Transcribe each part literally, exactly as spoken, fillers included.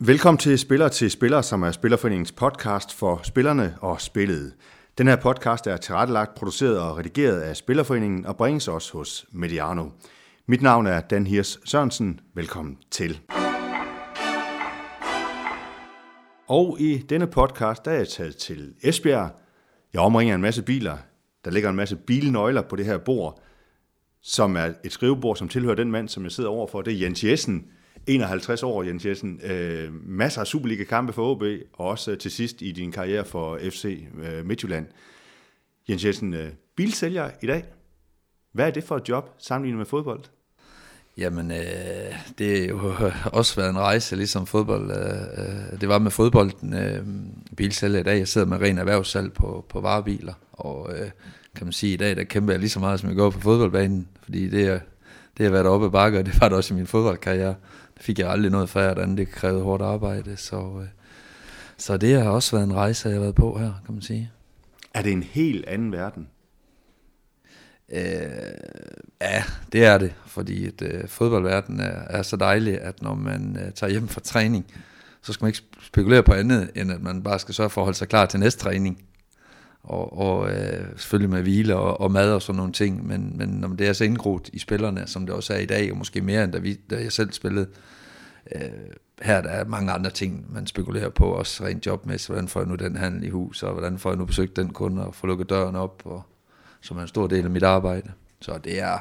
Velkommen til Spiller til Spiller, som er Spillerforeningens podcast for spillerne og spillet. Den her podcast er tilrettelagt, produceret og redigeret af Spillerforeningen og bringes også hos Mediano. Mit navn er Dan Hirs Sørensen. Velkommen til. Og i denne podcast der er jeg taget til Esbjerg. Jeg omringer en masse biler. Der ligger en masse bilnøgler på det her bord, som er et skrivebord, som tilhører den mand, som jeg sidder overfor. Det er Jens Jessen. enoghalvtreds år, Jens Jessen. Øh, masser af Superliga-kampe for O B, og også øh, til sidst i din karriere for F C øh, Midtjylland. Jens Jessen, øh, bilsælger i dag. Hvad er det for et job sammenlignet med fodbold? Jamen, øh, det er jo også været en rejse, ligesom fodbold. Øh, det var med fodbolden øh, bilsælger i dag. Jeg sidder med ren erhvervssalg på, på varebiler, og øh, kan man sige, i dag der kæmper jeg lige så meget, som jeg går på fodboldbanen, fordi det er det har været oppe ad bakke, og det var det også i min fodboldkarriere. Det fik jeg aldrig noget færdigt, andet det krævede hårdt arbejde, så, øh, så det har også været en rejse, jeg har været på her, kan man sige. Er det en helt anden verden? Øh, ja, det er det, fordi et, øh, fodboldverdenen er, er så dejlig, at når man øh, tager hjem fra træning, så skal man ikke spekulere på andet, end at man bare skal sørge for at holde sig klar til næste træning. Og, og øh, selvfølgelig med hvile og, og mad og sådan nogle ting, men, men når det er så indgroet i spillerne, som det også er i dag, og måske mere end da, vi, da jeg selv spillede, øh, her der er mange andre ting, man spekulerer på, også rent jobmæssigt, hvordan får jeg nu den handel i hus, og hvordan får jeg nu besøgt den kunde, og få lukket døren op, og, som er en stor del af mit arbejde. Så det er,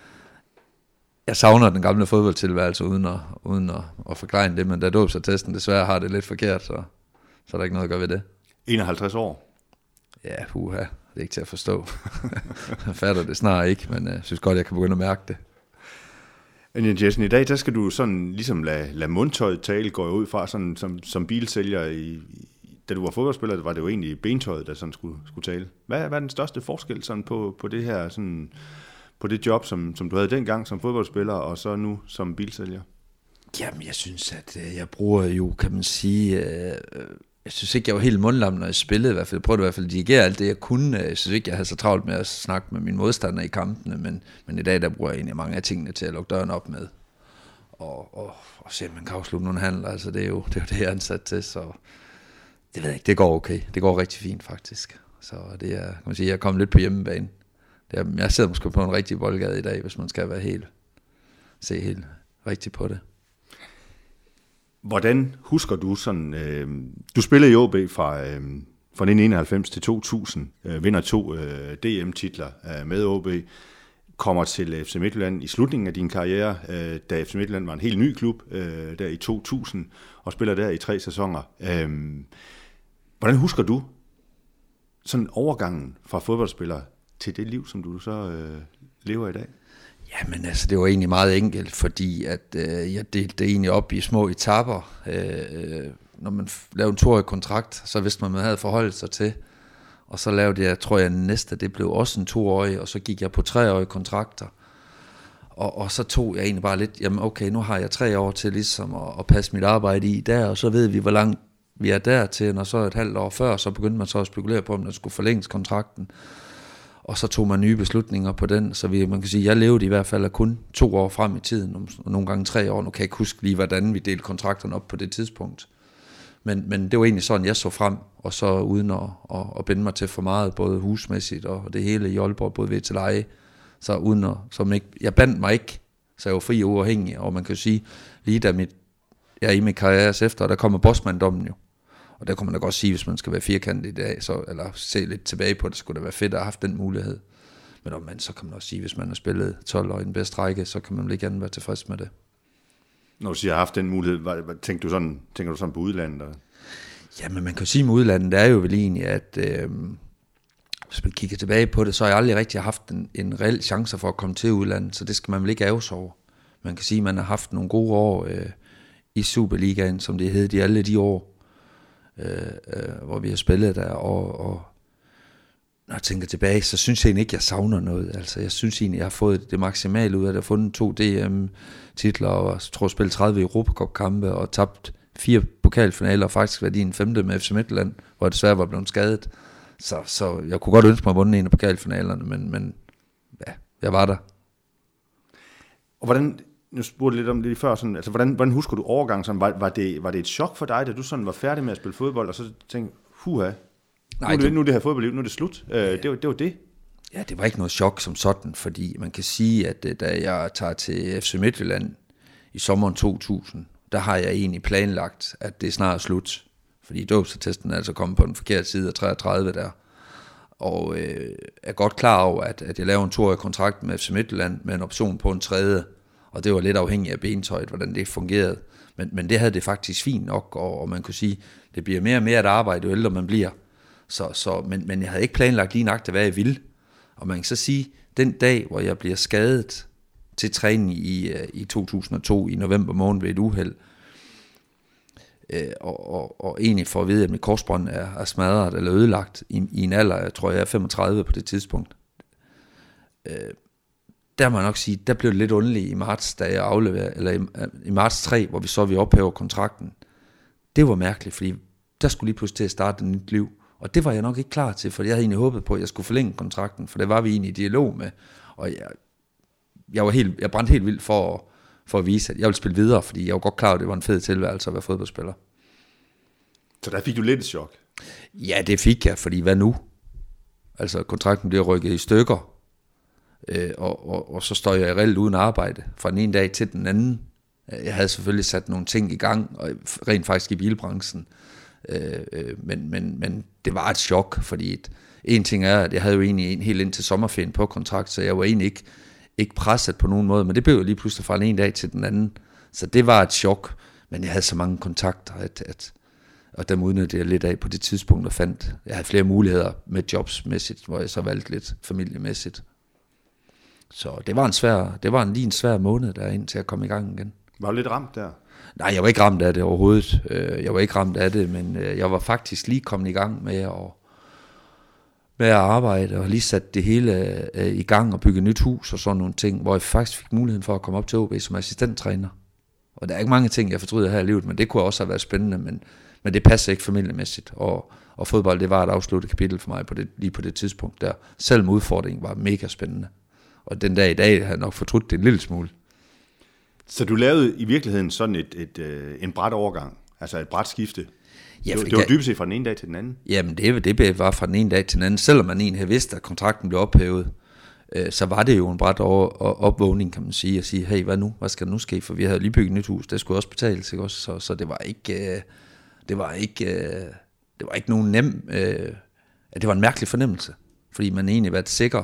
jeg savner den gamle fodboldtilværelse, uden at, uden at, at forklare det, men da dåbsattesten desværre har det lidt forkert, så, så er der ikke noget at gøre ved det. enoghalvtreds år? Ja, puha, det er ikke til at forstå. Jeg fatter det snart ikke, men jeg synes godt, jeg kan begynde at mærke det. Men Jens Jessen, i dag, der skal du sådan ligesom lade, lade mundtøjet tale, går jeg ud fra, sådan, som, som bilsælger. I, da du var fodboldspiller, var det jo egentlig bentøjet, der sådan skulle, skulle tale. Hvad, hvad er den største forskel sådan på, på det her, sådan, på det job, som, som du havde dengang som fodboldspiller, og så nu som bilsælger? Jamen, jeg synes, at jeg bruger jo, kan man sige... Øh, Jeg synes ikke, jeg var helt mundlam, når jeg spillede i hvert fald. Jeg prøvede i hvert fald at dirigere alt det, jeg kunne. Jeg synes ikke, jeg havde så travlt med at snakke med mine modstandere i kampene, men, men i dag, der bruger jeg egentlig mange af tingene til at lukke døren op med. Og, og, og se, om man kan afslutte nogle handler. Altså, det er jo det, er jo det jeg er ansat til, så det ved jeg ikke, det går okay. Det går rigtig fint, faktisk. Så det er, kan man sige, jeg er kommet lidt på hjemmebane. Det er, jeg sidder måske på en rigtig boldgade i dag, hvis man skal være helt, se helt rigtigt på det. Hvordan husker du sådan, øh, du spillede i O B fra, øh, fra nitten enoghalvfems til to tusind, øh, vinder to øh, D M-titler øh, med O B, kommer til F C Midtjylland i slutningen af din karriere, øh, da F C Midtjylland var en helt ny klub øh, der i to tusind, og spiller der i tre sæsoner. Øh, hvordan husker du sådan overgangen fra fodboldspiller til det liv, som du så øh, lever i dag? Jamen altså, det var egentlig meget enkelt, fordi at øh, jeg delte det egentlig op i små etaper. Øh, når man lavede en toårig kontrakt, så vidste man, man havde forholdt sig til. Og så lavede jeg, tror jeg, næste, det blev også en toårig, og så gik jeg på treårige kontrakter. Og, og så tog jeg egentlig bare lidt, jamen okay, nu har jeg tre år til ligesom at, at passe mit arbejde i der, og så ved vi, hvor langt vi er der til, når så et halvt år før, så begyndte man så at spekulere på, om der skulle forlænges kontrakten. Og så tog man nye beslutninger på den, så vi, man kan sige, jeg levede i hvert fald af kun to år frem i tiden, og nogle gange tre år. Nu kan jeg ikke huske lige, hvordan vi delte kontrakterne op på det tidspunkt. Men, men det var egentlig sådan, jeg så frem, og så uden at, at, at binde mig til for meget, både husmæssigt og det hele i Aalborg, både ved til leje, så uden at, som ikke, jeg bandt mig ikke, så jeg var fri og uafhængig, og man kan sige, lige da mit, jeg er i min karriere efter, der kommer Bosman-dommen jo. Og der kunne man da godt sige, hvis man skal være firkantet i dag, så, eller se lidt tilbage på det, skulle det være fedt at have haft den mulighed. Men om man, så kan man også sige, hvis man har spillet tolv år i den bedste række, så kan man vel ikke andet være tilfreds med det. Når du siger, at har haft den mulighed, hvad, hvad, tænker, du sådan, tænker du sådan på udlandet? Eller? Ja, men man kan jo sige med udlandet, det er jo vel egentlig, at øh, hvis man kigger tilbage på det, så har jeg aldrig rigtig haft en, en reel chance for at komme til udlandet, så det skal man vel ikke ærge sig over. Man kan sige, at man har haft nogle gode år øh, i Superligaen, som det hed i alle de år, Øh, øh, hvor vi har spillet der, og, og når jeg tænker tilbage, så synes jeg egentlig ikke, jeg savner noget. Altså, jeg synes egentlig, jeg har fået det maksimale ud af det. Jeg har fundet to D M-titler, og jeg tror, jeg spillet tredive Europacup-kampe, og tabt fire pokalfinaler, og faktisk været i en femte med F C Midtjylland, hvor jeg desværre var blevet skadet. Så, så jeg kunne godt ønske mig at vunde en af pokalfinalerne, men, men ja, jeg var der. Og hvordan nu spurgte lidt om det lige før, sådan, altså, hvordan, hvordan husker du overgangen? Sådan, var, var, det, var det et chok for dig, da du sådan var færdig med at spille fodbold, og så tænkte, huha, Nej, nu, er det, det, nu er det her fodboldliv, nu er det slut. Ja. Øh, det, var, det var det. Ja, det var ikke noget chok som sådan, fordi man kan sige, at da jeg tager til F C Midtjylland i sommeren to tusind, der har jeg egentlig planlagt, at det er snart slut. Fordi dåbsattesten er altså kommet på den forkerte side af treogtredive der. Og øh, er godt klar over, at, at jeg laver en toårig kontrakt med F C Midtjylland med en option på en tredje. Og det var lidt afhængigt af bentøjet, hvordan det fungerede. Men, men det havde det faktisk fint nok, og, og man kunne sige, det bliver mere og mere at arbejde, jo ældre man bliver. Så, så, men, men jeg havde ikke planlagt lige nøjagtigt, hvad jeg ville. Og man kan så sige, den dag, hvor jeg bliver skadet til træning i, i to tusind og to, i november måned ved et uheld, øh, og, og, og egentlig får at vide, at mit korsbånd er, er smadret eller ødelagt i, i en alder, jeg tror jeg er femogtredive på det tidspunkt, øh, der må jeg nok sige, der blev det lidt underligt i marts, da jeg afleverede, eller i, i marts tre, hvor vi så vi ophæver kontrakten. Det var mærkeligt, fordi der skulle lige pludselig til at starte et nyt liv. Og det var jeg nok ikke klar til, for jeg havde egentlig håbet på, at jeg skulle forlænge kontrakten, for det var vi egentlig i dialog med. Og jeg, jeg, var helt, jeg brændte helt vildt for, for at vise, at jeg ville spille videre, fordi jeg var godt klar over, at det var en fed tilværelse at være fodboldspiller. Så der fik du lidt et chok? Ja, det fik jeg, fordi hvad nu? Altså, kontrakten bliver rykket i stykker, øh, og, og, og så står jeg reelt uden arbejde fra den ene dag til den anden. Jeg havde selvfølgelig sat nogle ting i gang, og rent faktisk i bilbranchen, øh, øh, men, men, men det var et chok, fordi et, en ting er, at jeg havde jo egentlig en helt ind til sommerferien på kontrakt, så jeg var egentlig ikke, ikke presset på nogen måde, men det blev jo lige pludselig fra den ene dag til den anden, så det var et chok, men jeg havde så mange kontakter, at, at, og dem udnyttede jeg lidt af på det tidspunkt, og fandt, jeg havde flere muligheder med jobsmæssigt, hvor jeg så valgte lidt familiemæssigt. Så det var en svær, det var en, lige en svær måned der indtil jeg kom i gang igen. Var du lidt ramt der? Nej, jeg var ikke ramt af det overhovedet. Jeg var ikke ramt af det, men jeg var faktisk lige kommet i gang med at, med at arbejde, og lige sat det hele i gang og bygge et nyt hus og sådan nogle ting, hvor jeg faktisk fik muligheden for at komme op til O B som assistenttræner. Og der er ikke mange ting, jeg fortryder her i livet, men det kunne også have været spændende, men, men det passer ikke familiemæssigt. Og, og fodbold, det var et afsluttet kapitel for mig på det, lige på det tidspunkt der. Selvom udfordringen var mega spændende. Og den dag i dag har jeg nok fortrudt det en lille smule. Så du lavede i virkeligheden sådan et, et, et, en brat overgang, altså et brat skifte? Ja, det, det var dybest set fra den ene dag til den anden? Jamen det, det var fra den ene dag til den anden. Selvom man egentlig havde vidst, at kontrakten blev ophævet, øh, så var det jo en brat over, opvågning, kan man sige, at sige, hey, hvad nu? Hvad skal der nu ske? For vi havde lige bygget et nyt hus, det skulle også betales, ikke også? Så, så det var ikke, øh, det var ikke, øh, det var ikke nogen nem, øh, det var en mærkelig fornemmelse, fordi man egentlig var sikker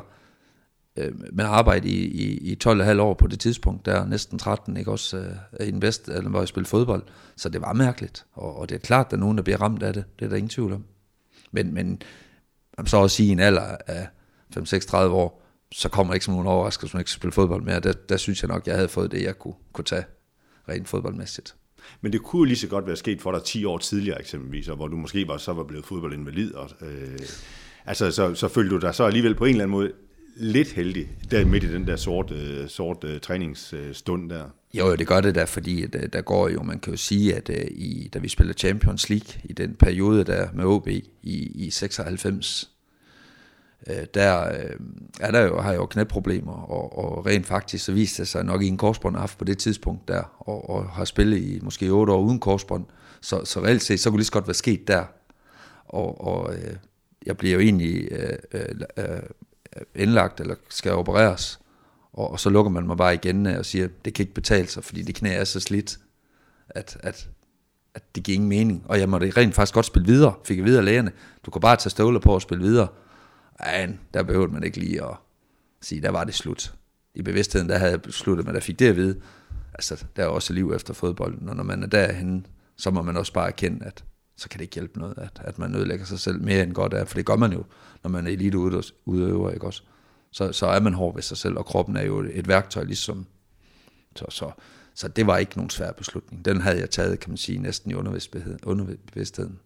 med at arbejde i, i, i tolv komma fem år på det tidspunkt, der næsten tretten, ikke også, øh, i den bedste, eller hvor jeg spillede fodbold, så det var mærkeligt, og, og det er klart, at der er nogen, der bliver ramt af det, det er der ingen tvivl om. Men, men så også sige, i en alder af fem til seksogtredive år, så kommer ikke som nogen overraskelse, hvis man ikke spille fodbold mere, der, der synes jeg nok, jeg havde fået det, jeg kunne, kunne tage rent fodboldmæssigt. Men det kunne jo lige så godt være sket for dig ti år tidligere eksempelvis, og hvor du måske var, så var blevet fodboldinvalid, og, øh, altså så, så følte du dig så alligevel på en eller anden måde lidt heldig, der midt i den der sorte, uh, sorte uh, træningsstund der. Jo, det gør det der, fordi at, der går jo, man kan jo sige, at uh, i, da vi spillede Champions League, i den periode der med O B i, i seksoghalvfems, uh, der uh, er der jo, har jeg jo knæproblemer, og, og rent faktisk så viste det sig nok i en korsbånd haft på det tidspunkt der, og, og har spillet i måske otte år uden korsbånd, så, så reelt set, så kunne det lige så godt være sket der, og, og uh, jeg bliver jo egentlig uh, uh, uh, indlagt eller skal opereres, og, og så lukker man mig bare igen og siger, det kan ikke betale sig, fordi det knæ er så slidt, at, at, at det giver ingen mening, og jeg måtte rent faktisk godt spille videre, fik jeg videre lægerne, du kan bare tage støvler på og spille videre. Ej, der behøvede man ikke lige at sige, der var det slut. I bevidstheden, der havde jeg besluttet, men der fik det at vide, altså der er også liv efter fodbolden, og når man er derhenne, så må man også bare erkende, at så kan det ikke hjælpe noget, at, at man ødelægger sig selv mere end godt er, for det gør man jo, når man er eliteudøver, ikke også? Så, så er man hård ved sig selv, og kroppen er jo et værktøj ligesom. Så, så, så det var ikke nogen svær beslutning. Den havde jeg taget, kan man sige, næsten i underbevidstheden.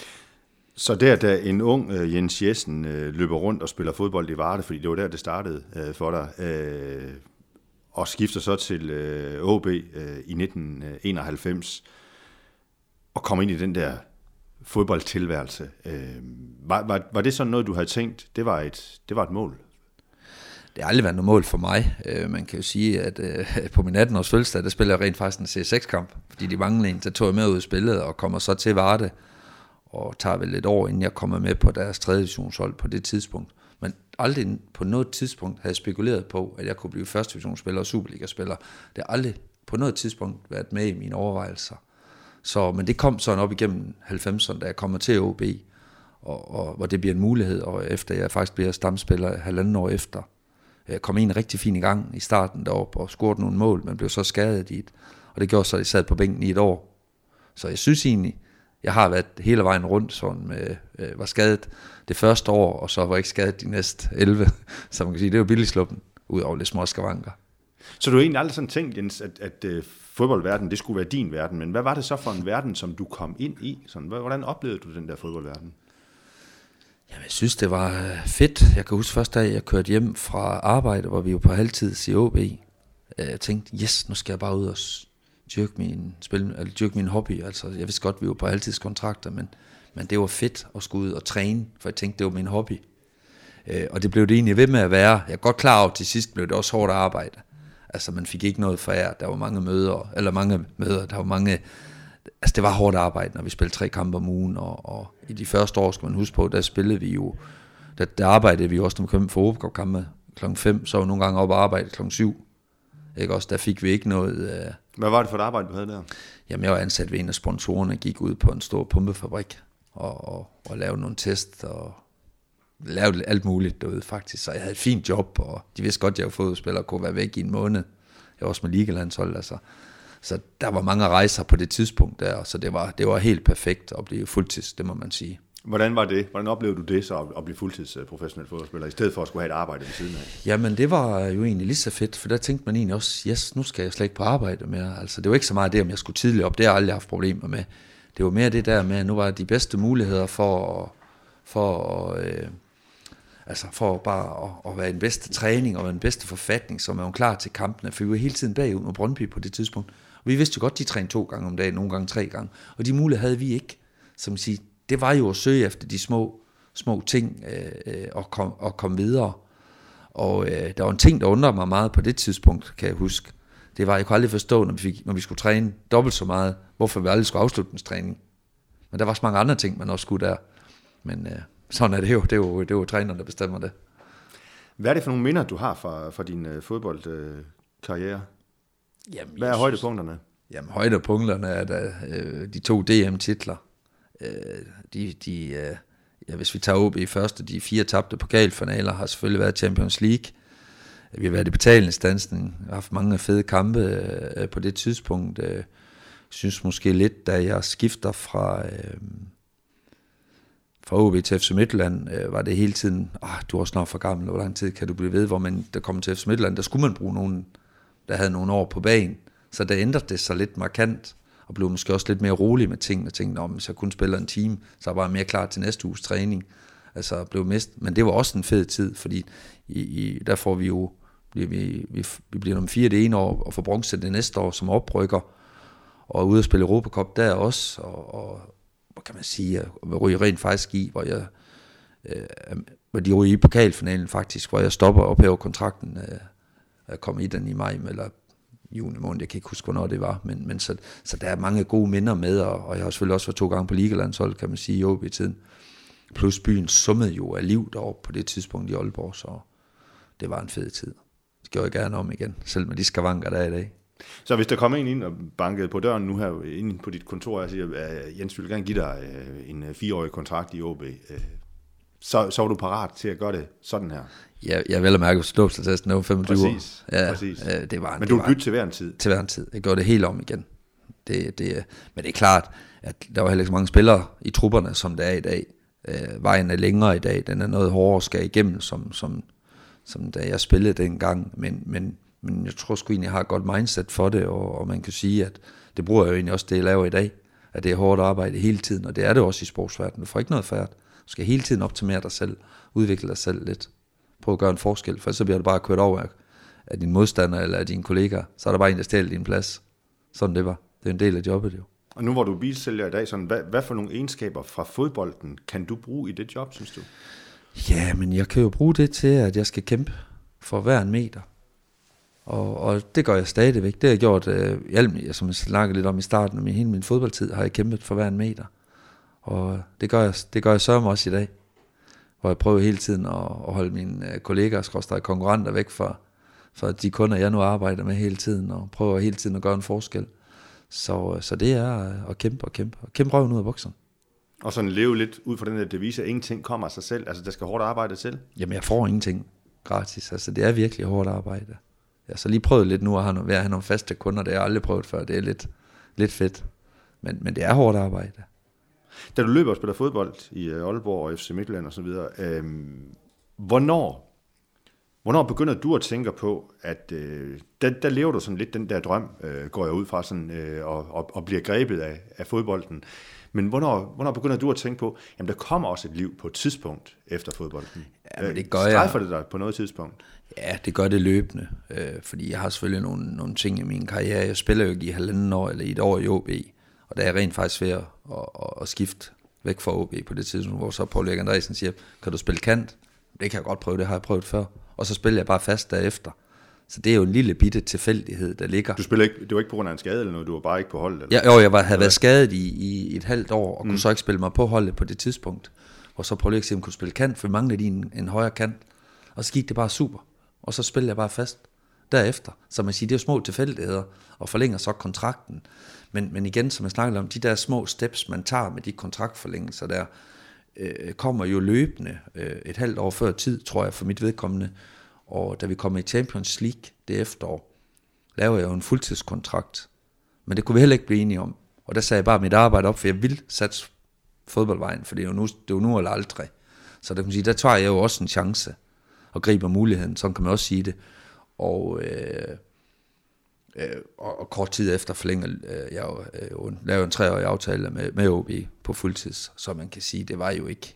Så der, da en ung uh, Jens Jessen uh, løber rundt og spiller fodbold i Varde, fordi det var der, det startede uh, for dig, uh, og skifter så til uh, O B uh, i nitten enoghalvfems, og kommer ind i den der fodboldtilværelse. Øh, var, var, var det sådan noget, du havde tænkt, det var et, det var et mål? det har aldrig været noget mål for mig. Øh, man kan jo sige, at øh, på min atten års fødselsdag, der spiller jeg rent faktisk en C seks kamp, fordi de manglede en, der tog jeg med ud i spillet, og kommer så til Varde, og tager vel et år, inden jeg kommer med på deres tredje divisionshold på det tidspunkt. Men aldrig på noget tidspunkt havde jeg spekuleret på, at jeg kunne blive første divisionsspiller og Superliga-spiller. Det har aldrig på noget tidspunkt været med i mine overvejelser. Så, men det kom sådan op igennem halvfemserne, da jeg kommer til O B, og, og hvor det bliver en mulighed, og efter jeg faktisk bliver stamspiller halvanden år efter. Jeg kom en rigtig fin i gang i starten deroppe, og scorede nogle mål, men blev så skadet i et, og det gjorde så, at jeg sad på bænken i et år. Så jeg synes egentlig, jeg har været hele vejen rundt, sådan med, øh, var skadet det første år, og så var jeg ikke skadet de næste elleve, så man kan sige, det er jo billigt sluppen, ud over lidt små skavanker. Så du har egentlig aldrig sådan tænkt, Jens, at, at uh, fodboldverden, det skulle være din verden, men hvad var det så for en verden, som du kom ind i? Sådan, hvordan oplevede du den der fodboldverden? Jamen, jeg synes, det var fedt. Jeg kan huske første dag, jeg kørte hjem fra arbejde, hvor vi var på halvtid i O B. Jeg tænkte, yes, nu skal jeg bare ud og dyrke min, spil, eller dyrke min hobby. Altså, jeg vidste godt, vi var på halvtidskontrakter, men, men det var fedt at skulle ud og træne, for jeg tænkte, det var min hobby. Og det blev det egentlig ved med at være. Jeg er godt klar over, at til sidst blev det også hårdt arbejde. Altså, man fik ikke noget foræret. Der var mange møder, eller mange møder, der var mange... Altså, det var hårdt arbejde, når vi spillede tre kampe om ugen, og, og i de første år, skal man huske på, der spillede vi jo... Der, der arbejdede vi også, når vi kom for Europacup-kampe klokken fem, så var vi nogle gange op og arbejde klokken syv. Ikke også? Der fik vi ikke noget... Øh... Hvad var det for et arbejde, du havde der? Jamen, jeg var ansat ved en af sponsorerne, gik ud på en stor pumpefabrik, og, og, og lavede nogle test, og lavede alt muligt derude faktisk. Så jeg havde et fint job, og de vidste godt, at jeg var fodboldspiller og kunne være væk i en måned. Jeg var også med ligalandshold, altså. Så der var mange rejser på det tidspunkt der, så det var, det var helt perfekt at blive fuldtids, det må man sige. Hvordan var det? Hvordan oplevede du det så at blive fuldtidsprofessionel fodboldspiller, i stedet for at skulle have et arbejde ved siden af? Jamen det var jo egentlig lige så fedt, for der tænkte man egentlig også, yes, nu skal jeg slet ikke på arbejde mere. Altså det var ikke så meget det, om jeg skulle tidligt op, det har jeg aldrig haft problemer med. Det var mere det der med, at nu var de bedste muligheder for, for, øh, altså for bare at, at være den bedste træning og den bedste forfatning, som er jo klar til kampene, for vi var hele tiden bagud med Brøndby på det tidspunkt. Og vi vidste jo godt, de trænede to gange om dagen, nogle gange tre gange, og de muligheder havde vi ikke, som siger, det var jo at søge efter de små, små ting øh, og, kom, og komme videre. Og øh, der var en ting, der undrede mig meget på det tidspunkt, kan jeg huske. Det var, jeg kunne aldrig forstå, når vi, fik, når vi skulle træne dobbelt så meget, hvorfor vi aldrig skulle afslutte en træning. Men der var så mange andre ting, man også skulle der. Men øh, sådan er det jo. Det er jo, det er jo træneren, der bestemmer det. Hvad er det for nogle minder, du har fra, fra din øh, fodboldkarriere? Øh, Jamen, Hvad er højdepunkterne? Jamen, højdepunkterne er da øh, de to D M-titler. Øh, de, de, øh, ja, hvis vi tager O B i første, de fire tabte pokalfinaler har selvfølgelig været Champions League. Vi har været i betalingsstansen, har haft mange fede kampe øh, på det tidspunkt. Jeg øh, synes måske lidt, da jeg skifter fra, øh, fra O B til F C Midtjylland, øh, var det hele tiden, ah, du er snart for gammel, hvor lang tid kan du blive ved, hvor man der kom til F C Midtjylland, der skulle man bruge nogen, der havde nogle år på banen. Så der ændrede det sig lidt markant, og blev måske også lidt mere rolig med tingene, og tænkte, om hvis jeg kun spiller en time, så var jeg mere klar til næste uges træning. Altså blev mest, men det var også en fed tid, fordi i, i, der får vi jo, vi, vi, vi bliver nummer fire det ene år, og får bronze det næste år som oprykker, og er ude at spille Europacup der også, og, og hvad kan man sige, jeg ryger rent faktisk i, hvor jeg, øh, hvor de ryger i pokalfinalen faktisk, hvor jeg stopper og ophæver kontrakten, øh, jeg kommer i den i maj, eller juni måned, jeg kan ikke huske, hvornår det var, men, men så, så der er mange gode minder med, og, og jeg har selvfølgelig også været to gange på ligalandshold, kan man sige, i O B i tiden. Plus byen summede jo af liv deroppe på det tidspunkt i Aalborg, så det var en fed tid. Det gjorde jeg gerne om igen, selv med de skavanker, der er i dag. Så hvis der kommer en ind og bankede på døren nu her, inde på dit kontor, og siger, at Jens vil gerne give dig en fireårig kontrakt i O B, så, så var du parat til at gøre det sådan her? Ja, jeg vil mærke, at ståbsattesten var femogtyve præcis, år. Ja, præcis. Det var, men du vil bytte til hver en tid? Til hver en tid. Jeg gjorde det helt om igen. Det, det, men det er klart, at der var heller ikke så mange spillere i trupperne, som der er i dag. Øh, vejen er længere i dag, den er noget hårdere skal igennem, som, som, som da jeg spillede dengang, men, men, men jeg tror sgu egentlig, jeg har et godt mindset for det, og, og man kan sige, at det bruger jeg jo egentlig også det, jeg laver i dag, at det er hårdt arbejde hele tiden, og det er det også i sportsverdenen. Du får ikke noget færdigt. Du skal hele tiden optimere dig selv, udvikle dig selv lidt, prøve at gøre en forskel, for så bliver du bare kørt over af dine modstandere eller af dine kollegaer, så er der bare en, der stjæler din plads. Sådan det var. Det er en del af jobbet jo. Og nu hvor du er bilsælger i dag, sådan, hvad, hvad for nogle egenskaber fra fodbolden kan du bruge i det job, synes du? Ja, men jeg kan jo bruge det til, at jeg skal kæmpe for hver en meter. Og, og det gør jeg stadigvæk. Det har jeg gjort, øh, som jeg snakkede lidt om i starten, med hele min fodboldtid, har jeg kæmpet for hver en meter. Og det gør jeg, det gør jeg sørme også i dag, hvor jeg prøver hele tiden at, at holde mine kollegaer, skråstreg konkurrenter væk fra, fra de kunder, jeg nu arbejder med hele tiden, og prøver hele tiden at gøre en forskel. Så, så det er at kæmpe og kæmpe, og kæmpe røven ud af bukserne. Og sådan leve lidt ud fra den der devise, at ingenting kommer af sig selv, altså der skal hårdt arbejde til. Jamen jeg får ingenting gratis, altså det er virkelig hårdt arbejde. Jeg har så lige prøvet lidt nu at have, være have nogle faste kunder, det har jeg aldrig prøvet før, det er lidt, lidt fedt, men, men det er hårdt arbejde. Da du løber og spiller fodbold i Aalborg og F C Midtjylland og så videre, øh, hvornår, hvornår begynder du at tænke på, at øh, der, der lever du sådan lidt den der drøm, øh, går jeg ud fra, sådan, øh, og, og, og bliver grebet af, af fodbolden. Men hvornår, hvornår begynder du at tænke på, jamen der kommer også et liv på et tidspunkt efter fodbolden? Ja, men det gør jeg. Strejfer det dig på noget tidspunkt? Ja, det gør det løbende, øh, fordi jeg har selvfølgelig nogle, nogle ting i min karriere. Jeg spiller jo ikke i halvanden år eller i et år i O B, og der er rent faktisk ved at, at, at skifte væk fra O B på det tidspunkt, hvor så Poul Erik Andresen siger, kan du spille kant? Det kan jeg godt prøve, det har jeg prøvet før. Og så spiller jeg bare fast derefter. Så det er jo en lille bitte tilfældighed, der ligger. Du spiller ikke, det var ikke på grund af en skade eller noget, du var bare ikke på holdet? Eller? Ja, jo, jeg var, havde været skadet i, i et halvt år, og mm. kunne så ikke spille mig på holdet på det tidspunkt. Og så Poul Erik siger, kunne spille kant, for vi manglede en, en højere kant. Og så gik det bare super. Og så spillede jeg bare fast derefter. Så man siger, det er jo små tilfældigheder, og forlænger så kontrakten. Men, men igen, som jeg snakkede om, de der små steps, man tager med de kontraktforlængelser der, øh, kommer jo løbende øh, et halvt år før tid, tror jeg, for mit vedkommende. Og da vi kom i Champions League det efterår, lavede jeg jo en fuldtidskontrakt. Men det kunne vi heller ikke blive enige om. Og der sagde jeg bare mit arbejde op, for jeg ville satse fodboldvejen, for det er jo nu, det er jo nu eller aldrig. Så der kan man sige, der tager jeg jo også en chance og griber muligheden, sådan kan man også sige det. Og, øh, øh, og, og kort tid efter forlænger øh, jeg jo, øh, lavede en treårig aftale med, med O B på fuldtids, så man kan sige, det var jo ikke,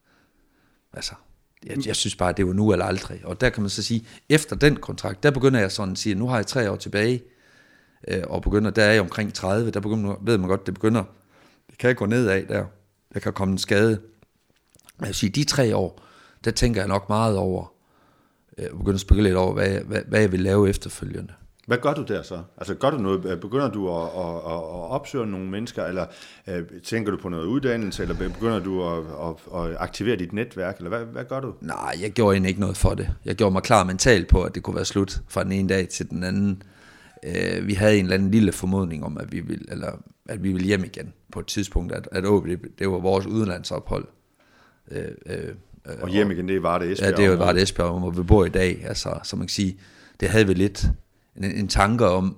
altså, jeg, jeg synes bare, det var nu eller aldrig. Og der kan man så sige, efter den kontrakt, der begynder jeg sådan at sige, nu har jeg tre år tilbage, øh, og begynder, der er jeg omkring tredive, der begynder, ved man godt, det begynder, det kan jeg gå ned af der, der kan komme en skade. Men jeg vil sige, de tre år, der tænker jeg nok meget over, jeg begynder at spekulere lidt over, hvad jeg, hvad, hvad jeg vil lave efterfølgende. Hvad gør du der så? Altså gør du noget, begynder du at, at, at opsøge nogle mennesker, eller øh, tænker du på noget uddannelse, eller begynder du at, at, at aktivere dit netværk, eller hvad, hvad gør du? Nej, jeg gjorde egentlig ikke noget for det. Jeg gjorde mig klar mentalt på, at det kunne være slut fra den ene dag til den anden. Øh, vi havde en eller anden lille formodning om, at vi ville, eller, at vi ville hjem igen på et tidspunkt, at, at åh, det, det var vores udenlandsophold. Øh, øh, og hjem igen, det var det Esbjerg. Ja, det var det Esbjerg, hvor vi bor i dag. Altså, som man kan sige, det havde vi lidt en, en tanke om,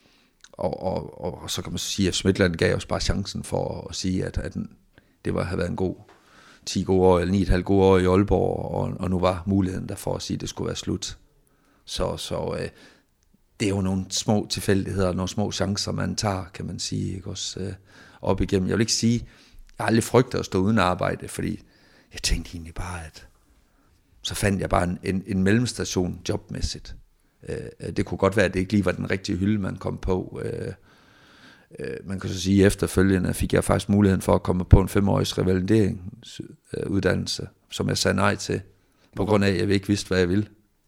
og, og, og, og så kan man sige, at F C Midtjylland gav os bare chancen for at sige, at, at det var, havde været en god ti gode år, eller ni og et halvt gode år i Aalborg, og, og nu var muligheden der for at sige, at det skulle være slut. Så, så øh, det er jo nogle små tilfældigheder, nogle små chancer, man tager, kan man sige, ikke også øh, op igennem. Jeg vil ikke sige, jeg har aldrig frygtet at stå uden arbejde, fordi jeg tænkte egentlig bare, at så fandt jeg bare en, en, en mellemstation jobmæssigt. Øh, det kunne godt være, at det ikke lige var den rigtige hylde, man kom på. Øh, øh, man kan så sige, at efterfølgende fik jeg faktisk muligheden for at komme på en femårig revalideringsuddannelse, som jeg sagde nej til, på grund af, at jeg ikke vidste, hvad jeg ville.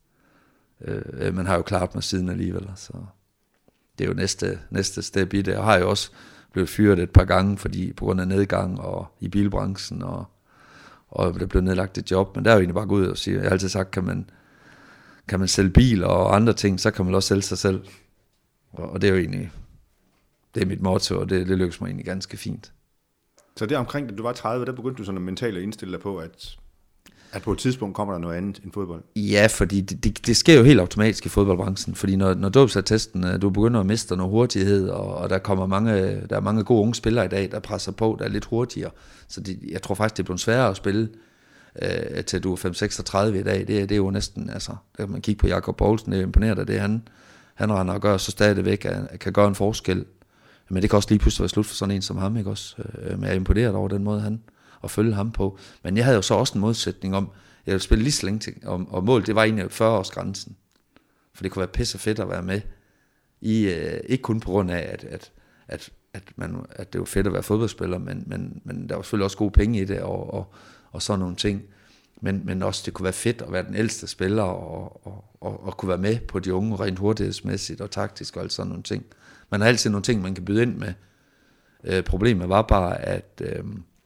Øh, man har jo klart mig siden alligevel, så det er jo næste, næste step i det. Jeg har jo også blevet fyret et par gange, fordi på grund af nedgang og i bilbranchen, og og det blev nedlagt et job, men der er jo egentlig bare gå ud og sige, jeg har altid sagt, kan man, kan man sælge biler og andre ting, så kan man også sælge sig selv. Og, og det er jo egentlig, det er mit motto, og det, det lykkes mig egentlig ganske fint. Så der omkring, da du var tredive, der begyndte du sådan mentalt at indstille dig på, at, at på et tidspunkt kommer der noget andet end fodbold? Ja, fordi det, det, det sker jo helt automatisk i fodboldbranchen, fordi når, når dåbsattesten, du begynder at miste noget hurtighed, og, og der kommer mange, der er mange gode unge spillere i dag, der presser på, der er lidt hurtigere, så det, jeg tror faktisk, det er blevet sværere at spille, øh, til du er fem seksogtredive i dag. Det, det er jo næsten, altså, der kan man kigge på Jakob Poulsen, det er imponeret af det, han, han render og gør, så stadigvæk at, kan gøre en forskel. Men det kan også lige pludselig være slut for sådan en som ham, ikke også? Øh, men jeg er imponeret over den måde, han at følge ham på. Men jeg havde jo så også en modsætning om, jeg ville spille lige så længe til, og, og mål, det var egentlig fyrre års grænsen. For det kunne være pisse fedt at være med i, øh, ikke kun på grund af, at, at, at, at, man, at det var fedt at være fodboldspiller, men, men, men der var selvfølgelig også gode penge i det, og, og, og sådan nogle ting. men, men også det kunne være fedt at være den ældste spiller, og, og, og, og kunne være med på de unge, rent hurtighedsmæssigt og taktisk og alt sådan nogle ting. Man har altid nogle ting, man kan byde ind med. Øh, problemet var bare, at, øh,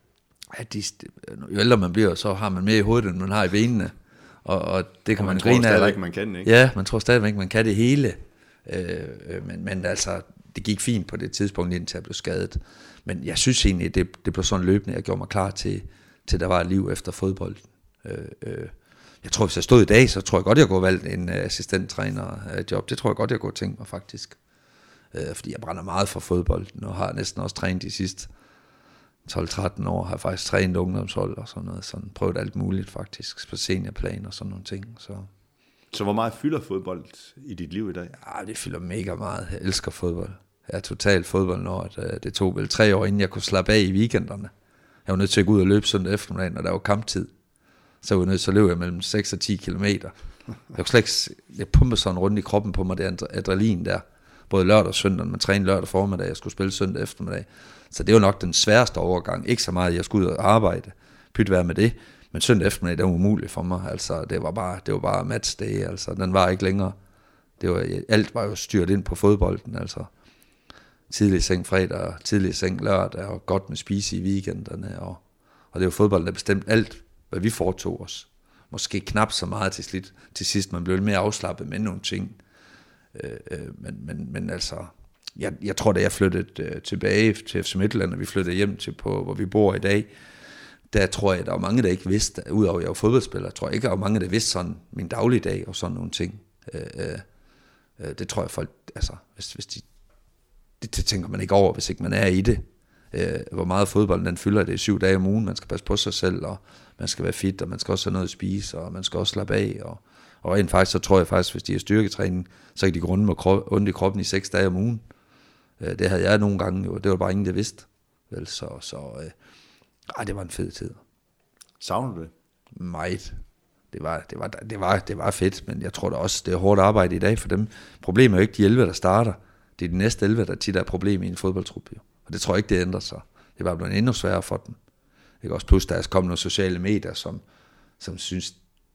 at de, jo ældre man bliver, så har man mere i hovedet, end man har i benene. Og, og det kan og man, man grine af. Man tror man kan, ikke? Ja, man tror stadigvæk, man kan det hele. Øh, øh, men, men altså, det gik fint på det tidspunkt, indtil jeg blev skadet. Men jeg synes egentlig, det, det blev sådan løbende, jeg gjorde mig klar til, til der var et liv efter fodbold. Øh, øh, jeg tror, hvis jeg stod i dag, så tror jeg godt, jeg kunne have valgt en assistenttræner-job. Det tror jeg godt, jeg kunne tænke mig faktisk. Øh, fordi jeg brænder meget for fodbolden, og har næsten også trænet de sidste tolv tretten år, har jeg faktisk trænet ungdomshold og sådan noget, sådan prøvet alt muligt faktisk, på seniorplan og sådan nogle ting. Så. Så hvor meget fylder fodbold i dit liv i dag? Ja, det fylder mega meget. Jeg elsker fodbold. Jeg er totalt fodboldnørd. Det tog vel tre år, inden jeg kunne slappe af i weekenderne. Jeg var nødt til at gå ud og løbe søndag eftermiddag, når der var kamptid. Så var jeg nødt til at løbe mellem seks og ti kilometer. Jeg kunne slet ikke, jeg pumpede sådan rundt i kroppen på mig, det adrenalin der. Både lørdag og søndag, man trænede lørdag formiddag, jeg skulle spille søndag eftermiddag. Så det var nok den sværeste overgang. Ikke så meget, jeg skulle ud og arbejde, pyt være med det. Men søndag eftermiddag, det var umuligt for mig. Altså, det var bare, det var bare matchday, altså. Den var ikke længere. Det var, alt var jo styrt ind på fodbolden, altså. Tidlig seng fredag, tidlig seng lørdag, og godt med spise i weekenderne. Og, og det var fodbolden, der bestemte alt, hvad vi foretog os. Måske knap så meget til, slit, til sidst, man blev lidt mere afslappet med nogle ting. Øh, øh, men, men, men altså, jeg, jeg tror, da jeg flyttede øh, tilbage til F C Midtjylland, og vi flyttede hjem til, på, hvor vi bor i dag, der tror jeg, der var mange, der ikke vidste, udover at jeg var fodboldspiller, tror jeg ikke, der var mange, der vidste sådan min dagligdag og sådan nogle ting. Øh, øh, det tror jeg folk, altså, hvis, hvis de, det, det tænker man ikke over, hvis ikke man er i det. Øh, hvor meget fodbolden den fylder, det er syv dage om ugen, man skal passe på sig selv, og man skal være fit, og man skal også have noget at spise, og man skal også slappe af, og, og rent faktisk, så tror jeg faktisk, hvis de er styrketræning, så kan de gå rundt med krop, ondt i kroppen i seks dage om ugen. Øh, det havde jeg nogle gange, jo, det var bare ingen, der vidste. Vel, så, så øh, ej, det var en fed tid. Savner du det? Meget. Det var, det, var, det, var, det var fedt, men jeg tror da også, det er hårdt arbejde i dag for dem. Problemet er jo ikke de elleve, der starter. Det er de næste elleve, der tit er problem i en fodboldtrup. Jo. Og det tror jeg ikke, det ændrer sig. Det er bare blevet endnu sværere for dem. Ikke? Også plus, der er kommet nogle sociale medier, som, som synes,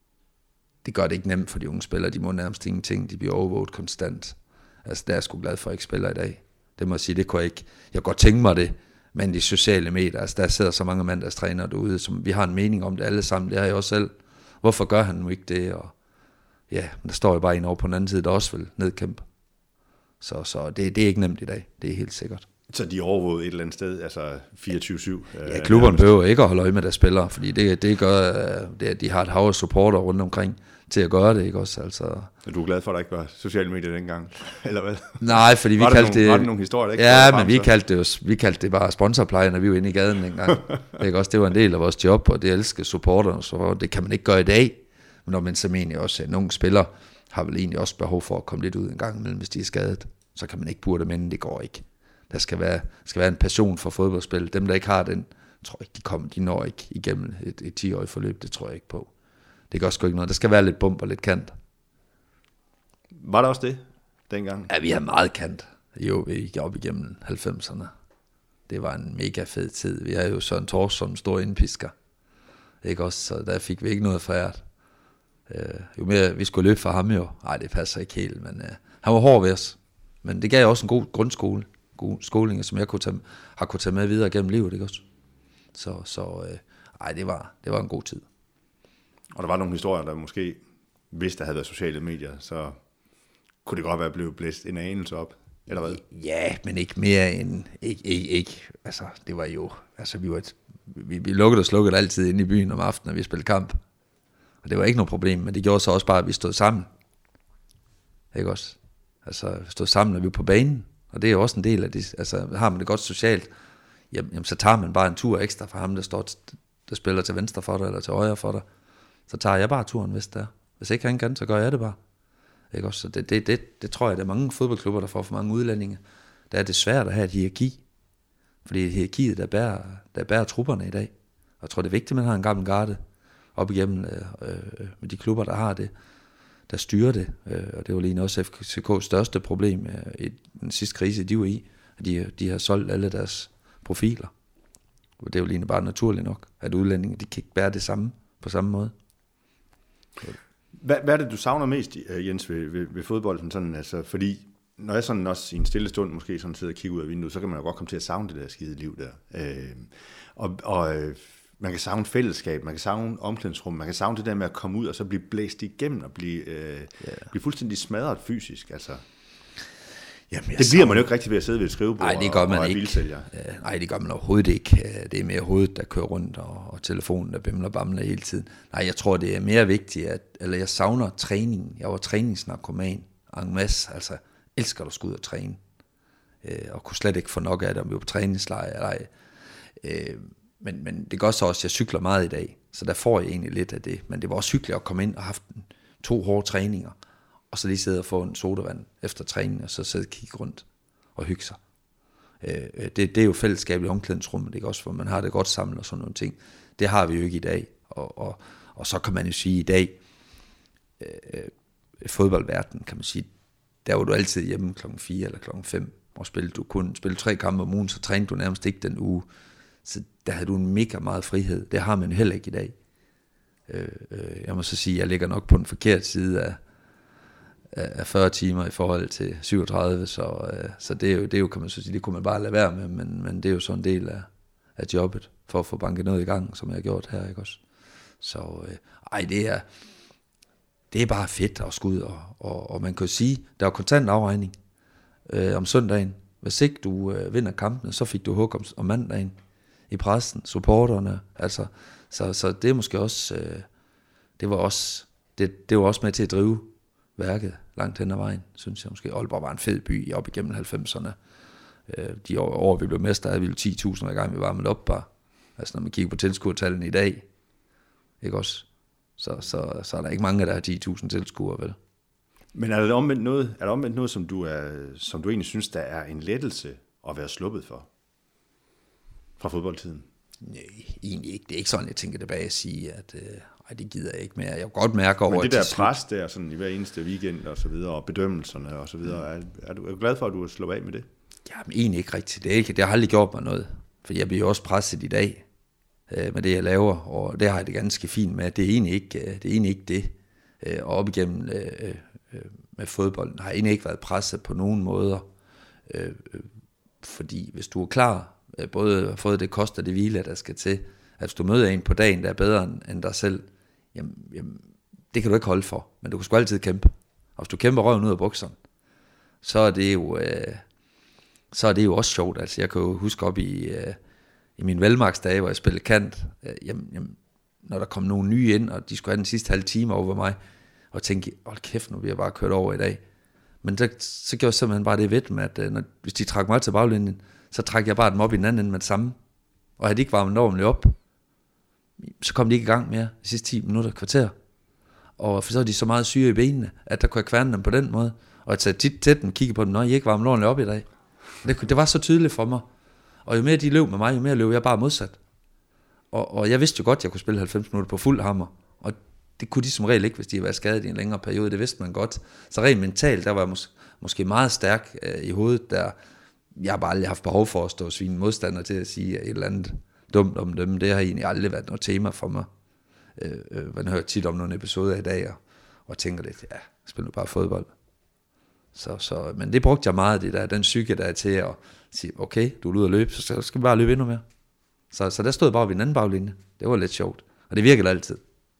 det gør det ikke nemt for de unge spillere. De må nærmest ingenting. De bliver overvåget konstant. Altså, der er jeg sgu glad for, at jeg ikke spiller i dag. Det må jeg sige, det kunne jeg ikke. Jeg kunne godt tænke mig det, men de sociale medier, altså der sidder så mange mandagstrænere derude, som vi har en mening om det alle sammen. Det har jeg også selv. Hvorfor gør han nu ikke det? Og ja, men der står jo bare en over på den anden side, der også vil nedkæmpe. Så, så det, det er ikke nemt i dag. Det er helt sikkert. Så de er overvåget et eller andet sted, altså fireogtyve syv? Ja, klubberne behøver ikke at holde øje med deres spillere, fordi det, det gør, det, at de har et hav af supporter rundt omkring til at gøre det, ikke også? Altså. Er du glad for, at der ikke var sociale medier dengang, eller hvad? Nej, fordi vi var kaldte det... Var det nogle historier, der ikke ja, frem, men vi kaldte, det jo, vi kaldte det bare sponsorpleje, når vi var inde i gaden dengang. Ikke også? Det var en del af vores job, og det elskede supporterne, så det kan man ikke gøre i dag. Men når man så mener også, at nogle spillere har vel egentlig også behov for at komme lidt ud en gang imellem, hvis de er skadet, så kan man ikke burde, men det går ikke. Der skal være, skal være en passion for fodboldspil. Dem, der ikke har den, tror jeg ikke, de kommer, de når ikke igennem et, et ti-årigt forløb. Det tror jeg ikke på. Det gør sgu ikke noget. Der skal være lidt bump og lidt kant. Var der også det dengang? Ja, vi havde meget kant. Jo, vi gik op igennem halvfemserne. Det var en mega fed tid. Vi havde jo Søren Tors som stor indpisker. Ikke også? Så der fik vi ikke noget foræret. Øh, jo mere vi skulle løbe for ham jo. Nej, det passer ikke helt, men øh, han var hård ved os. Men det gav også en god grundskole. God skoling, som jeg kunne tage, har kunnet tage med videre gennem livet, ikke også? Så, så øh, ej, det var, det var en god tid. Og der var nogle historier, der måske, hvis der havde været sociale medier, så kunne det godt være blevet blæst en anelse op, eller hvad? Ja, men ikke mere end, ikke, ikke, ikke. Altså, det var jo, altså vi var, et, vi, vi lukkede og slukkede altid inde i byen om aftenen, når vi spillede kamp. Og det var ikke noget problem, men det gjorde så også bare, at vi stod sammen. Ikke også? Altså, vi stod sammen, når vi var på banen. Og det er jo også en del af det, altså har man det godt socialt, jamen, jamen så tager man bare en tur ekstra for ham, der står, der spiller til venstre for dig, eller til højre for dig. Så tager jeg bare turen, hvis det er. Hvis ikke han kan, så gør jeg det bare. Ikke også? Så det, det, det, det tror jeg, der er mange fodboldklubber, der får for mange udlændinge. Der er det svært at have et hierarki. Fordi hierarkiet, der bærer, der bærer trupperne i dag. Og jeg tror, det er vigtigt, at man har en gammel garde op igennem øh, øh, med de klubber, der har det, der styrer det, og det var lige også F C K's største problem i den sidste krise, de var i, at de, de har solgt alle deres profiler. Og det er jo lige bare naturligt nok, at udlændinge, de kan ikke bære det samme på samme måde. Hvad, hvad er det, du savner mest, Jens, ved, ved, ved fodbolden? Sådan, altså, fordi når jeg sådan også i en stille stund måske sådan sidder og kigger ud af vinduet, så kan man jo godt komme til at savne det der skide liv der. Øh, og og øh, man kan savne fællesskab, man kan savne omklædningsrum, man kan savne det der med at komme ud og så blive blæst igennem og blive, øh, yeah. blive fuldstændig smadret fysisk. Altså. Jamen, det bliver savner... man jo ikke rigtig ved at sidde ved et skrivebord. Nej, det gør man og, og ikke. Uh, nej, det gør man overhovedet ikke. Det er mere hovedet, der kører rundt, og, og telefonen, der bimler og bamler hele tiden. Nej, jeg tror, det er mere vigtigt, at, eller jeg savner træningen. Jeg var træningsnarkoman en masse, altså elsker at skulle ud og træne, uh, og kunne slet ikke få nok af det, om vi var på træningslejr eller ej. Uh, men, men det gør så også, at jeg cykler meget i dag, så der får jeg egentlig lidt af det. Men det var også hyggeligt at komme ind og have to hårde træninger, og så lige sidde og få en sodavand efter træning, og så sidde og kigge rundt og hygge sig. Øh, det, det er jo fællesskab i omklædningsrummet, det er også, hvor man har det godt sammen og sådan nogle ting. Det har vi jo ikke i dag, og, og, og så kan man jo sige, i dag, øh, fodboldverden, kan man sige, der var du altid hjemme klokken fire eller klokken fem, og spillede du kun spille tre kampe om ugen, så trænede du nærmest ikke den uge. Så der havde du en mega meget frihed. Det har man heller ikke i dag. Øh, øh, jeg må så sige, at jeg ligger nok på den forkerte side af af fyrre timer i forhold til syvogtredive, så, øh, så det, er jo, det er jo, kan man så sige, det kunne man bare lade være med, men, men det er jo sådan en del af, af jobbet, for at få banket noget i gang, som jeg har gjort her, ikke også? Så øh, ej, det er, det er bare fedt at skulle ud, og, og, og man kan jo sige, der er kontant afregning øh, om søndagen. Hvis ikke du øh, vinder kampene, så fik du hug om, om mandagen i pressen, supporterne, altså, så, så det er måske også, øh, det var også, det, det var også med til at drive værket langt hen ad vejen, synes jeg måske. Aalborg var en fed by op igennem halvfemserne. De år, år vi blev mester, havde vi jo ti tusind hver gang vi var med op bare. Altså når man kigger på tilskuertallene i dag, ikke også? Så, så, så er der ikke mange, der har ti tusind tilskuere, vel? Men er der omvendt noget, er der omvendt noget som, du er, som du egentlig synes, der er en lettelse at være sluppet for? Fra fodboldtiden? Nej, egentlig ikke. Det er ikke sådan, jeg tænker tilbage at sige, at... Øh, Ej, det gider jeg ikke mere. Jeg kan godt mærke over... Men det der pres der, sådan i hver eneste weekend og så videre, og bedømmelserne og så videre, er, er, du, er du glad for, at du er slået af med det? Jamen egentlig ikke rigtigt. Det, er ikke, det har aldrig gjort mig noget. For jeg bliver jo også presset i dag øh, med det, jeg laver, og det har jeg det ganske fint med. Det er egentlig ikke øh, det. Er egentlig ikke det. Øh, og op igennem øh, øh, med fodbolden har jeg egentlig ikke været presset på nogen måder. Øh, øh, fordi hvis du er klar, øh, både har fået det kost og det hvile, der skal til, at hvis du møder en på dagen, der er bedre end dig selv, Jamen, jamen, det kan du ikke holde for, men du kan sgu altid kæmpe. Og hvis du kæmper røven ud af bukserne, så er det jo, øh, så er det jo også sjovt. Altså, jeg kan jo huske op i, øh, i min velmarksdage, hvor jeg spillede kant, øh, jamen, jamen, når der kom nogen nye ind, og de skulle have den sidste halve time over mig, og tænke, hold kæft, nu bliver jeg bare kørt over i dag. Men så, så gjorde jeg simpelthen bare det ved med, at øh, når, hvis de trak mig til baglinjen, så trak jeg bare dem op i den anden ende med det samme. Og havde de ikke varmet ordentligt op, så kom de ikke i gang mere de sidste ti minutter, kvarter. Og for så var de så meget syge i benene, at der kunne jeg kværne dem på den måde. Og jeg tager tit til dem, kigge på dem, når I ikke varmet ordentligt op i dag. Det, det var så tydeligt for mig. Og jo mere de løb med mig, jo mere løb jeg bare modsat. Og, og jeg vidste jo godt, at jeg kunne spille halvfems minutter på fuld hammer. Og det kunne de som regel ikke, hvis de havde været skadet i en længere periode. Det vidste man godt. Så rent mentalt, der var jeg mås- måske meget stærk øh, i hovedet, der jeg har bare aldrig haft behov for at stå og svine modstander til at sige et eller andet dumt om dem. Det har egentlig aldrig været noget tema for mig. Øh, øh, man hører tit om nogle episoder i dag, og, og tænker lidt, ja, spiller bare fodbold. Så, så, men det brugte jeg meget, det der, den psyke, der er til at sige, okay, du er ude at løbe, så skal vi bare løbe endnu mere. Så, så der stod jeg bare ved en anden baglinje. Det var lidt sjovt, og det virkede altid.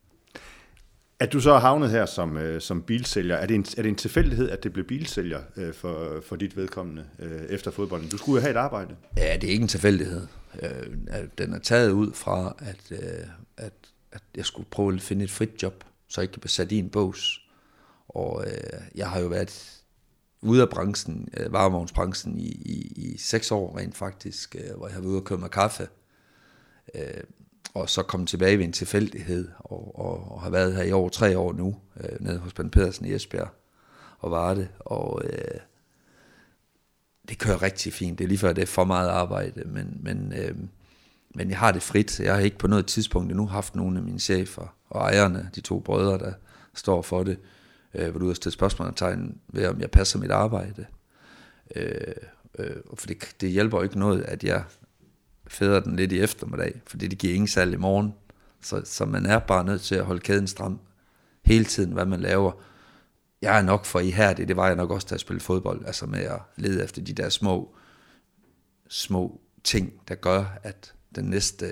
At du så er havnet her som, øh, som bilsælger, er det, en, er det en tilfældighed, at det blev bilsælger øh, for, for dit vedkommende øh, efter fodbolden? Du skulle jo have et arbejde. Ja, det er ikke en tilfældighed. Øh, den er taget ud fra, at, øh, at, at jeg skulle prøve at finde et frit job, så jeg kan blive sat i en bås. Og øh, jeg har jo været ude af branchen, øh, varevognsbranchen i, i, i seks år rent faktisk, øh, hvor jeg har været ude og købe mig kaffe. Øh, og så kom tilbage ved en tilfældighed, og, og, og har været her i over tre år nu, øh, nede hos Ben Pedersen i Esbjerg, og var det, og øh, det kører rigtig fint. Det er lige før, det er for meget arbejde, men, men, øh, men jeg har det frit. Jeg har ikke på noget tidspunkt endnu haft nogen af mine chefer og ejerne, de to brødre, der står for det, øh, hvor du har stillet spørgsmålstegn ved, om jeg passer mit arbejde. Øh, øh, for det, det hjælper jo ikke noget, at jeg fædrer den lidt i eftermiddag, fordi det giver ingen salg i morgen. Så, så man er bare nødt til at holde kæden stram hele tiden, hvad man laver. Jeg er nok for ihærdig, det var jeg nok også, da jeg spillede fodbold, altså med at lede efter de der små, små ting, der gør, at den næste,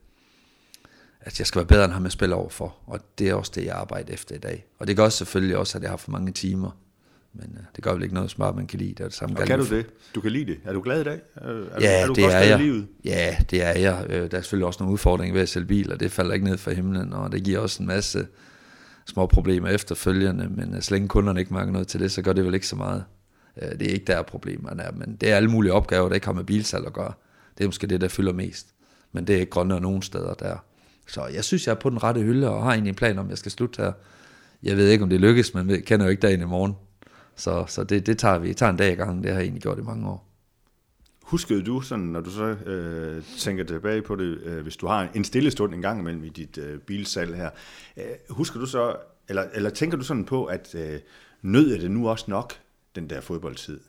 at jeg skal være bedre end ham, jeg spiller overfor, og det er også det, jeg arbejder efter i dag. Og det gør også selvfølgelig også, at jeg har for mange timer, men uh, det gør vel ikke noget smart, man kan lide. Det er det samme. Og kan du det? Du kan lide det? Er du glad i dag? Er, ja, er du det godt er jeg. Livet? Ja, det er jeg. Der er selvfølgelig også nogle udfordringer ved at sælge biler, det falder ikke ned fra himlen, og det giver også en masse små problemer efterfølgende, men så længe kunderne ikke mærker noget til det, så gør det vel ikke så meget. Det er ikke der problemerne er, men det er alle mulige opgaver, der ikke har med bilsalg at gøre. Det er måske det, der fylder mest, men det er ikke grønnere nogen steder der. Så jeg synes, jeg er på den rette hylde, og har egentlig en plan om, jeg skal slutte her. Jeg ved ikke, om det lykkes, men jeg kender jo ikke dagen i morgen. Så, så det, det tager vi. Vi tager en dag i gang, det har jeg egentlig gjort i mange år. Huskede du sådan, når du så øh, tænker tilbage på det, øh, hvis du har en stille stund en gang imellem i dit øh, bilsalg her, øh, husker du så, eller, eller tænker du sådan på, at øh, nød er det nu også nok, den der fodboldtid?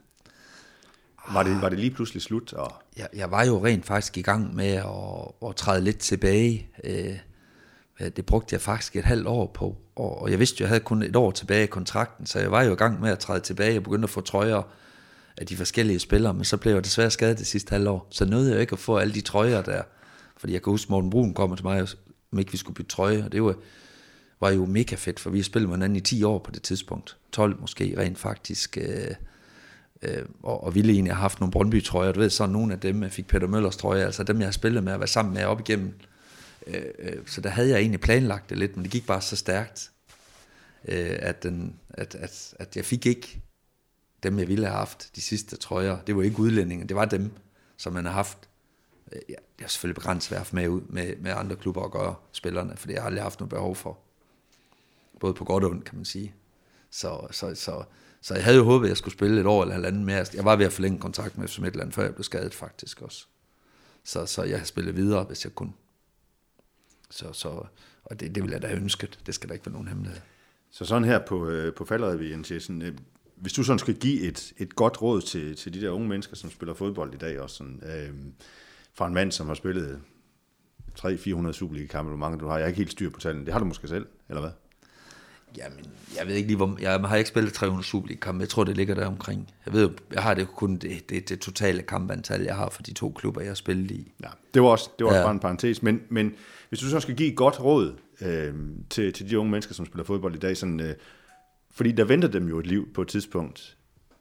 Var det, var det lige pludselig slut? Og... Jeg, jeg var jo rent faktisk i gang med at, at træde lidt tilbage. Øh, det brugte jeg faktisk et halvt år på, og, og jeg vidste jo, jeg havde kun et år tilbage i kontrakten, så jeg var jo i gang med at træde tilbage og begyndte at få trøjer af de forskellige spillere, men så blev jeg desværre skadet det sidste halvår, så nåede jeg jo ikke at få alle de trøjer der, fordi jeg kan huske, Morten Brun kommer til mig, om ikke vi skulle bytte trøje, og det var, var jo mega fedt, for vi har spillet med hinanden i ti år på det tidspunkt, tolv måske rent faktisk, øh, øh, og, og ville egentlig have haft nogle Brøndby-trøjer, du ved, så nogle af dem, jeg fik Peter Møllers trøjer, altså dem jeg har spillet med at være sammen med op igennem, øh, øh, så der havde jeg egentlig planlagt det lidt, men det gik bare så stærkt, øh, at, den, at, at, at jeg fik ikke dem, jeg ville have haft, de sidste trøjer. Det var ikke udlændinge, det var dem, som man har haft. Ja, det er selvfølgelig begrænset at have med ud med, med andre klubber at gøre, spillerne, for det har jeg aldrig haft noget behov for. Både på godt og ondt, kan man sige. Så, så, så, så jeg havde jo håbet, at jeg skulle spille et år eller halvanden mere. Jeg var ved at forlænge kontrakt med F C Midtjylland, før jeg blev skadet faktisk også. Så, så jeg har spillet videre, hvis jeg kunne. Så, så, og det, det ville jeg da have ønsket. Det skal der ikke være nogen hemmelighed. Så sådan her på, øh, på falderevet, Jens Jessen, øh, hvis du sådan skal give et, et godt råd til, til de der unge mennesker, som spiller fodbold i dag, også sådan, øh, fra en mand, som har spillet tre til fire hundrede Superliga-kampe, hvor mange du har, jeg har ikke helt styr på tallene, det har du måske selv, eller hvad? Jamen, jeg ved ikke lige, hvor, jeg har ikke spillet tre hundrede Superliga-kampe, jeg tror, det ligger der omkring. Jeg ved jo, jeg har det kun det, det, det totale kampantal, jeg har for de to klubber, jeg har spillet i. Ja, det var også, det var ja. også bare en parentes, men, men hvis du så skal give et godt råd øh, til, til de unge mennesker, som spiller fodbold i dag, sådan... Øh, fordi der venter dem jo et liv på et tidspunkt,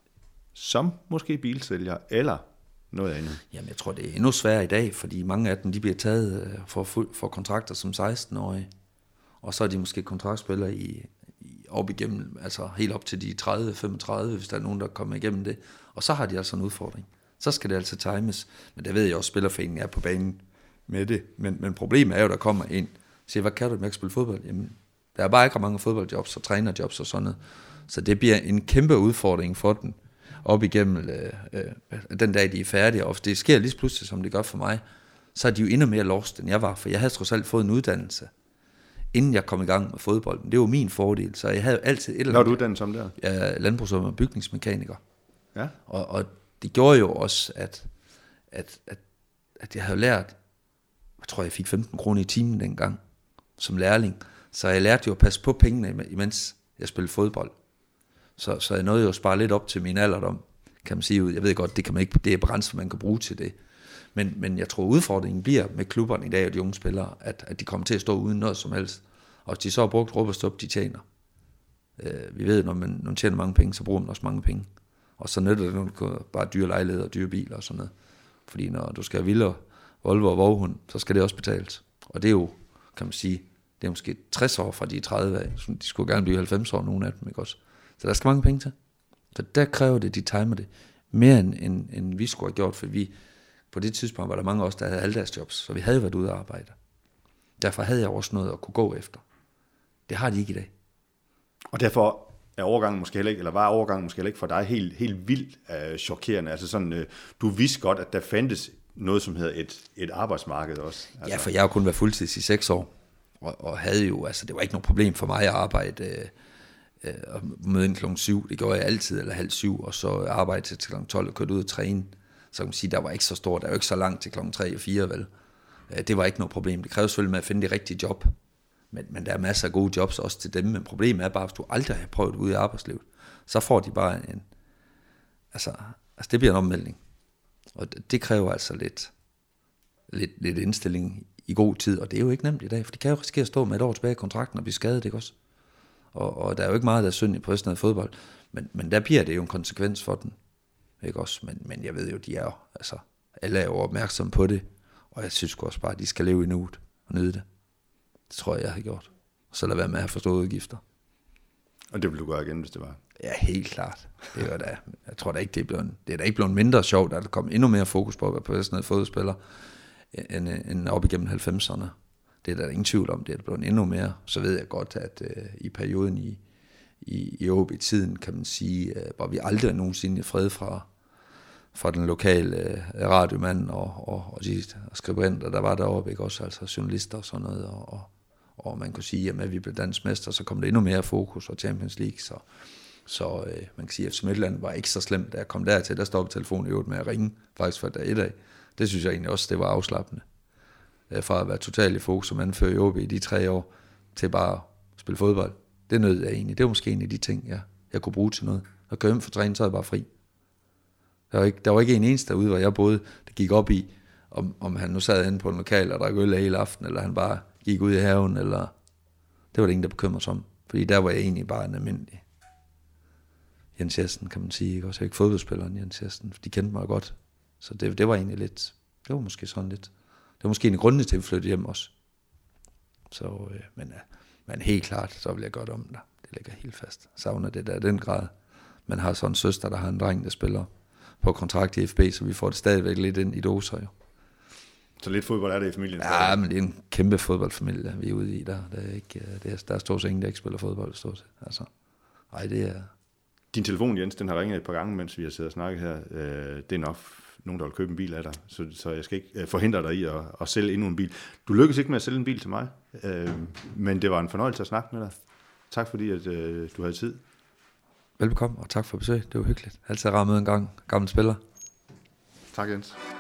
som måske bilsælger, eller noget andet. Jamen, jeg tror, det er endnu sværere i dag, fordi mange af dem, de bliver taget for, for kontrakter som seksten-årige, og så er de måske kontraktspillere i, i, op igennem, altså helt op til de tredive til femogtredive, hvis der er nogen, der kommer igennem det, og så har de altså en udfordring. Så skal det altså times, men der ved jeg også, spillerforeningen er på banen med det, men, men problemet er jo, der kommer en, siger, hvad kan du med at spille fodbold? Jamen, der er bare ikke mange fodboldjobs og trænerjobs og sådan noget. Så det bliver en kæmpe udfordring for den op igennem øh, øh, den dag, de er færdige. Og det sker lige pludselig, som det gør for mig, så er de jo endnu mere lost, end jeg var. For jeg havde trods alt fået en uddannelse, inden jeg kom i gang med fodbolden. Det var min fordel, så jeg havde altid et eller andet... Hvad var du uddannet som der? Jeg er landbrugs- og bygningsmekaniker. Ja. Og, og det gjorde jo også, at, at, at, at jeg havde lært, jeg tror, jeg fik femten kroner i timen dengang, som lærling. Så jeg lærte jo at passe på pengene, imens jeg spillede fodbold. Så, så jeg nåede jo at spare lidt op til min alderdom, kan man sige ud. Jeg ved godt, det kan man ikke, det er begrænset, man kan bruge til det. Men, men jeg tror, udfordringen bliver med klubberne i dag og de unge spillere, at, at de kommer til at stå uden noget som helst. Og hvis de så har brugt råb og stop, de tjener. Øh, vi ved, når man, når man tjener mange penge, så bruger man også mange penge. Og så nytter det, når du kan bare dyre lejligheder og dyre biler og sådan noget. Fordi når du skal have Villa, Volvo og Vovhund, så skal det også betales. Og det er jo, kan man sige, det er måske tres år fra de er tredive af. De skulle gerne blive halvfems år, nogle af dem, ikke også? Så der skal mange penge til. Så der kræver det, de timer det mere end, end, end vi skulle have gjort, for vi, på det tidspunkt var der mange af os, der havde alle deres jobs, så vi havde været ude at arbejde. Derfor havde jeg også noget at kunne gå efter. Det har de ikke i dag. Og derfor er overgangen måske heller ikke, eller var overgangen måske heller ikke for dig helt, helt vildt uh, chokerende. Altså sådan, uh, du vidste godt, at der fandtes noget, som hedder et, et arbejdsmarked også. Altså. Ja, for jeg har kun været fuldtids i seks år, og, og havde jo, altså det var ikke noget problem for mig at arbejde øh, øh, og møde ind klokken syv. Det gjorde jeg altid, eller halv syv, og så arbejde til klokken tolv og kørte ud og træne. Så kan man sige, der var ikke så stort, der er jo ikke så langt til klokken tre og fire, vel. Det var ikke noget problem. Det krævede selvfølgelig med at finde det rigtige job. Men, men der er masser af gode jobs også til dem, men problemet er bare, hvis du aldrig har prøvet ude i arbejdslivet, så får de bare en, altså, altså det bliver en ommelding. Og det, det kræver altså lidt, lidt, lidt indstilling i god tid, og det er jo ikke nemt i dag, for det kan jo risikere at stå med et år tilbage i kontrakten og blive skadet, ikke også? Og, og der er jo ikke meget, der er synd i professionel fodbold, men, men der bliver det jo en konsekvens for den, ikke også? Men, men jeg ved jo, de er jo, altså, alle er jo opmærksomme på det, og jeg synes også bare, at de skal leve i nuet og nyde det. Det tror jeg, jeg har gjort. Og så lad være med at have for store udgifter. Og det vil du gøre igen, hvis det var? Ja, helt klart. Det er da, jeg tror da ikke, det er blevet, det er da ikke blevet mindre sjovt, at der kommer endnu mere fokus på at være professionel fodboldspiller, end, end op igennem halvfemserne. Det er der ingen tvivl om, det er blevet endnu mere. Så ved jeg godt, at øh, i perioden i, i, i O B-tiden, kan man sige, øh, var vi aldrig nogensinde i fred fra, fra den lokale øh, radiomand og, og, og de skribenter, der var deroppe, ikke også, altså journalister og sådan noget, og, og, og man kunne sige, at vi blev dansk mester, så kom der endnu mere fokus og Champions League, så, så øh, man kan sige, at F C Midtjylland var ikke så slemt, da jeg kom dertil, der stoppede telefonen i øvrigt med at ringe, faktisk for dag et af. Det synes jeg egentlig også, det var afslappende. Fra at være totalt i fokus som anfører i O B i de tre år, til bare at spille fodbold. Det nød jeg egentlig. Det var måske en af de ting, jeg, jeg kunne bruge til noget. At køre hjem for træning, så er jeg bare fri. Der var ikke, der var ikke en eneste derude, hvor jeg boede, der gik op i, om, om han nu sad inde på en lokal og drak øl hele aften, eller han bare gik ud i haven, eller det var det ingen, der bekymrede sig om. Fordi der var jeg egentlig bare en almindelig Jens Jessen, kan man sige. Ikke? Også jeg er ikke fodboldspilleren Jens Jessen, for de kendte mig godt. Så det, det var egentlig lidt, det var måske sådan lidt, det var måske en grund til at flytte hjem også. Så, øh, men, øh, men helt klart, så vil jeg godt om det. Det ligger helt fast. Savner det der den grad. Man har sådan en søster, der har en dreng, der spiller på kontrakt i F B, så vi får det stadigvæk lidt ind i doser jo. Så lidt fodbold er det i familien? Ja, men det er en kæmpe fodboldfamilie, vi er ude i der. Der er, ikke, det er, der er stort set ingen, der ikke spiller fodbold, stort set. Altså, ej, det er... Din telefon, Jens, den har ringet et par gange, mens vi har siddet og snakket her. Det er nok nogen, der vil købe en bil af dig, så, så jeg skal ikke forhindre dig i at, at sælge endnu en bil. Du lykkedes ikke med at sælge en bil til mig, men det var en fornøjelse at snakke med dig. Tak fordi, at du havde tid. Velbekomme, og tak for besøg. Det var hyggeligt. Altid rammet en gang. Gammel spiller. Tak, Jens.